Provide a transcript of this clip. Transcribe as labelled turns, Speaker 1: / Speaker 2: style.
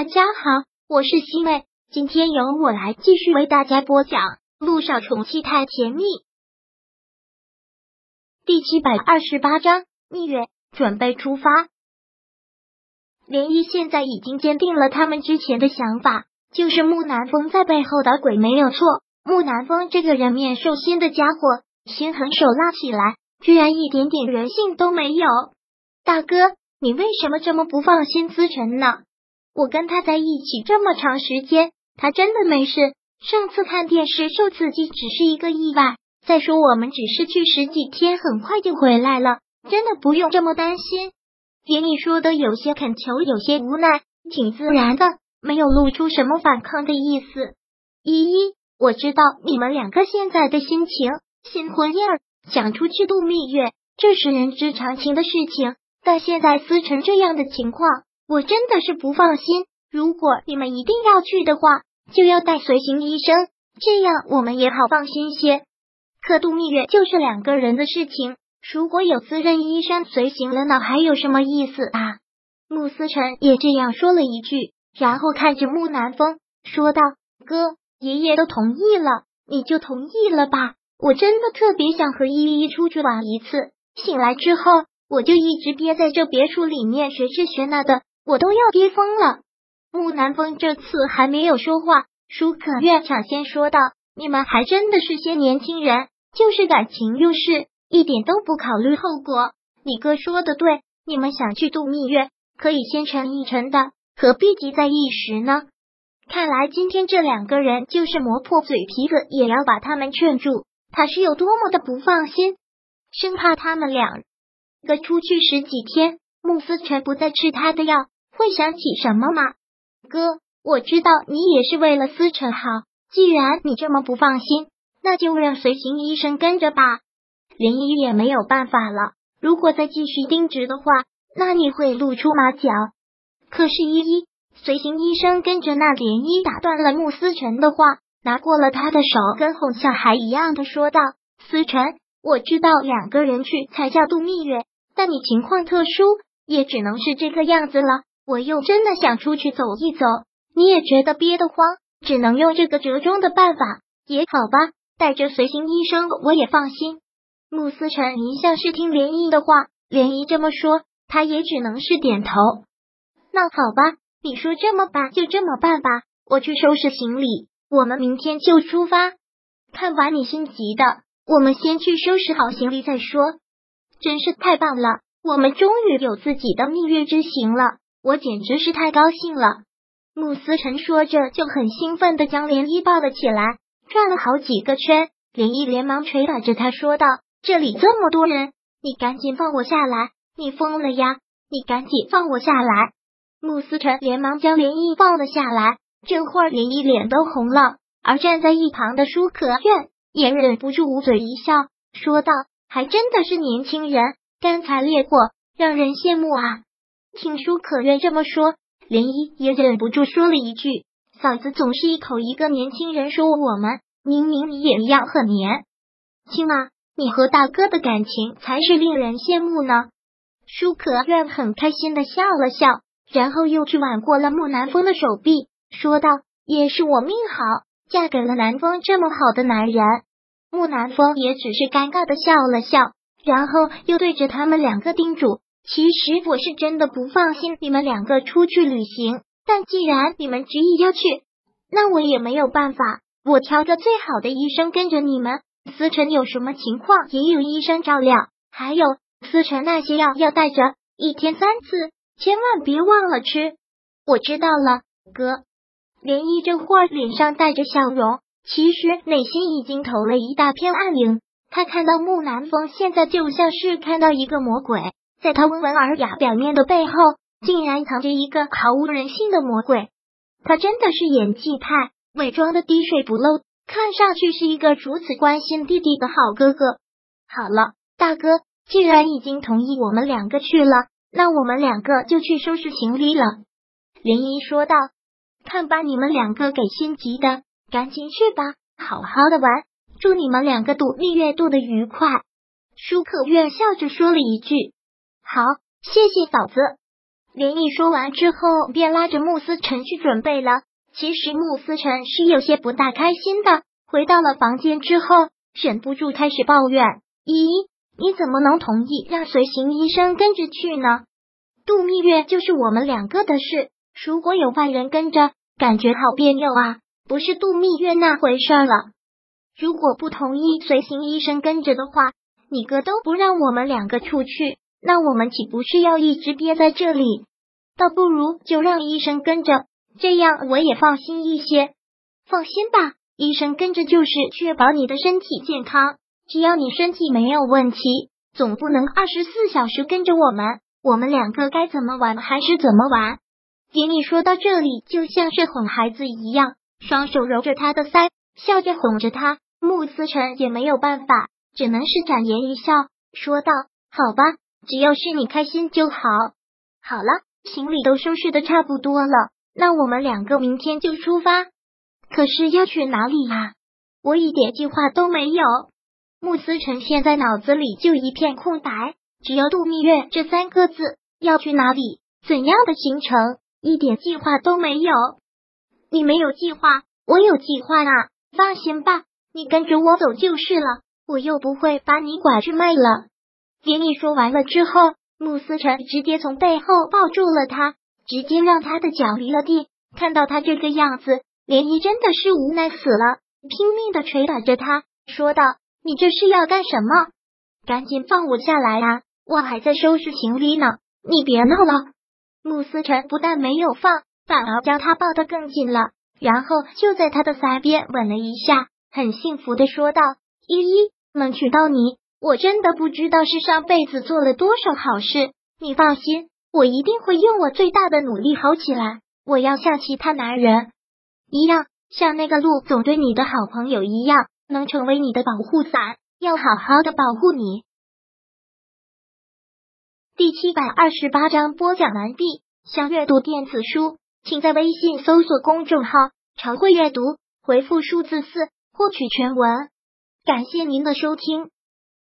Speaker 1: 大家好，我是西妹，今天由我来继续为大家播讲《陆少宠妻太甜蜜》第728章蜜月，准备出发。涟漪现在已经坚定了他们之前的想法，就是木南风在背后捣鬼没有错。木南风这个人面兽心的家伙，心狠手辣起来，居然一点点人性都没有。大哥，你为什么这么不放心思辰呢？我跟他在一起这么长时间，他真的没事。上次看电视受刺激只是一个意外，再说我们只是去10几天，很快就回来了，真的不用这么担心。连你说的有些恳求，有些无奈，挺自然的，没有露出什么反抗的意思。依依，我知道你们两个现在的心情，新婚燕尔，想出去度蜜月，这是人之常情的事情，但现在思辰这样的情况，我真的是不放心。如果你们一定要去的话，就要带随行医生，这样我们也好放心些。可度蜜月就是2个人的事情，如果有私人医生随行了，那还有什么意思啊？穆思辰也这样说了一句，然后看着木南风说道：哥，爷爷都同意了，你就同意了吧。我真的特别想和依依出去玩一次，醒来之后我就一直憋在这别墅里面，学这学那的，我都要憋疯了。木南风这次还没有说话，舒可月抢先说道：你们还真的是些年轻人，就是感情用事，一点都不考虑后果。你哥说的对，你们想去度蜜月，可以先沉一沉的，何必急在一时呢？看来今天这2个人就是磨破嘴皮子也要把他们劝住，他是有多么的不放心，生怕他们2个出去10几天，穆思辰不再吃他的药，会想起什么吗？哥，我知道你也是为了思辰好，既然你这么不放心，那就让随行医生跟着吧。涟漪也没有办法了，如果再继续盯直的话，那你会露出马脚。可是依依，随行医生跟着那涟漪打断了穆思辰的话，拿过了他的手，跟哄小孩一样的说道：思辰，我知道2个人去才叫度蜜月，但你情况特殊，也只能是这个样子了。我又真的想出去走一走，你也觉得憋得慌，只能用这个折中的办法，也好吧，带着随行医生我也放心。穆思辰一向是听涟漪的话，涟漪这么说，他也只能是点头。那好吧，你说这么办就这么办吧，我去收拾行李，我们明天就出发。看完你心急的，我们先去收拾好行李再说。真是太棒了，我们终于有自己的蜜月之行了，我简直是太高兴了。穆思辰说着就很兴奋地将涟漪抱了起来，转了好几个圈。涟漪连忙捶打着他说道：这里这么多人，你赶紧放我下来，你疯了呀，你赶紧放我下来。穆思辰连忙将涟漪放了下来，这会儿涟漪脸都红了，而站在一旁的舒可愿也忍不住捂嘴一笑，说道：还真的是年轻人，干柴烈火，让人羡慕啊。听舒可愿这么说，涟漪也忍不住说了一句：嫂子总是一口一个年轻人说我们，明明你也一样很年轻啊，你和大哥的感情才是令人羡慕呢。舒可愿很开心的笑了笑，然后又去挽过了木南风的手臂，说道：也是我命好，嫁给了南风这么好的男人。木南风也只是尴尬的笑了笑，然后又对着他们2个叮嘱：其实我是真的不放心你们2个出去旅行，但既然你们执意要去，那我也没有办法，我挑个最好的医生跟着你们，思辰有什么情况也有医生照料，还有思辰那些药要带着，1天3次，千万别忘了吃。我知道了，哥。涟漪这会儿脸上带着笑容，其实内心已经投了一大片暗影。他看到木南风现在就像是看到一个魔鬼，在他温文尔雅表面的背后，竟然藏着一个毫无人性的魔鬼。他真的是演技派，伪装的滴水不漏，看上去是一个如此关心弟弟的好哥哥。好了，大哥，既然已经同意我们2个去了，那我们2个就去收拾行李了。涟漪说道：看把你们2个给心急的，赶紧去吧，好好的玩，祝你们2个度蜜月度的愉快。舒可愿笑着说了一句：好，谢谢嫂子。 连毅说完之后，便拉着穆思辰去准备了。其实穆思辰是有些不大开心的，回到了房间之后，忍不住开始抱怨：依依，你怎么能同意让随行医生跟着去呢？度蜜月就是我们两个的事，如果有外人跟着，感觉好别扭啊，不是度蜜月那回事了。如果不同意随行医生跟着的话，你哥都不让我们两个出去，那我们岂不是要一直憋在这里？倒不如就让医生跟着，这样我也放心一些。放心吧，医生跟着就是确保你的身体健康，只要你身体没有问题，总不能24小时跟着我们两个该怎么玩还是怎么玩。给你说到这里，就像是哄孩子一样，双手揉着他的腮，笑着哄着他。穆思辰也没有办法，只能是展颜一笑，说道：好吧，只要是你开心就好。好了，行李都收拾的差不多了，那我们两个明天就出发。可是要去哪里呀？我一点计划都没有。穆思辰现在脑子里就一片空白，只有度蜜月这3个字，要去哪里，怎样的行程，一点计划都没有。你没有计划，我有计划啊，放心吧，你跟着我走就是了，我又不会把你拐去卖了。给你说完了之后，穆思辰直接从背后抱住了他，直接让他的脚离了地。看到他这个样子，连依真的是无奈死了，拼命的捶打着他，说道：你这是要干什么？赶紧放我下来啊，我还在收拾行李呢，你别闹了。穆思辰不但没有放，反而将他抱得更紧了，然后就在他的腮边吻了一下，很幸福的说道：依依，能娶到你，我真的不知道是上辈子做了多少好事，你放心，我一定会用我最大的努力好起来，我要像其他男人一样，像那个陆总对你的好朋友一样，能成为你的保护伞，要好好的保护你。第728章播讲完毕。想阅读电子书，请在微信搜索公众号常会阅读，回复数字4获取全文。感谢您的收听。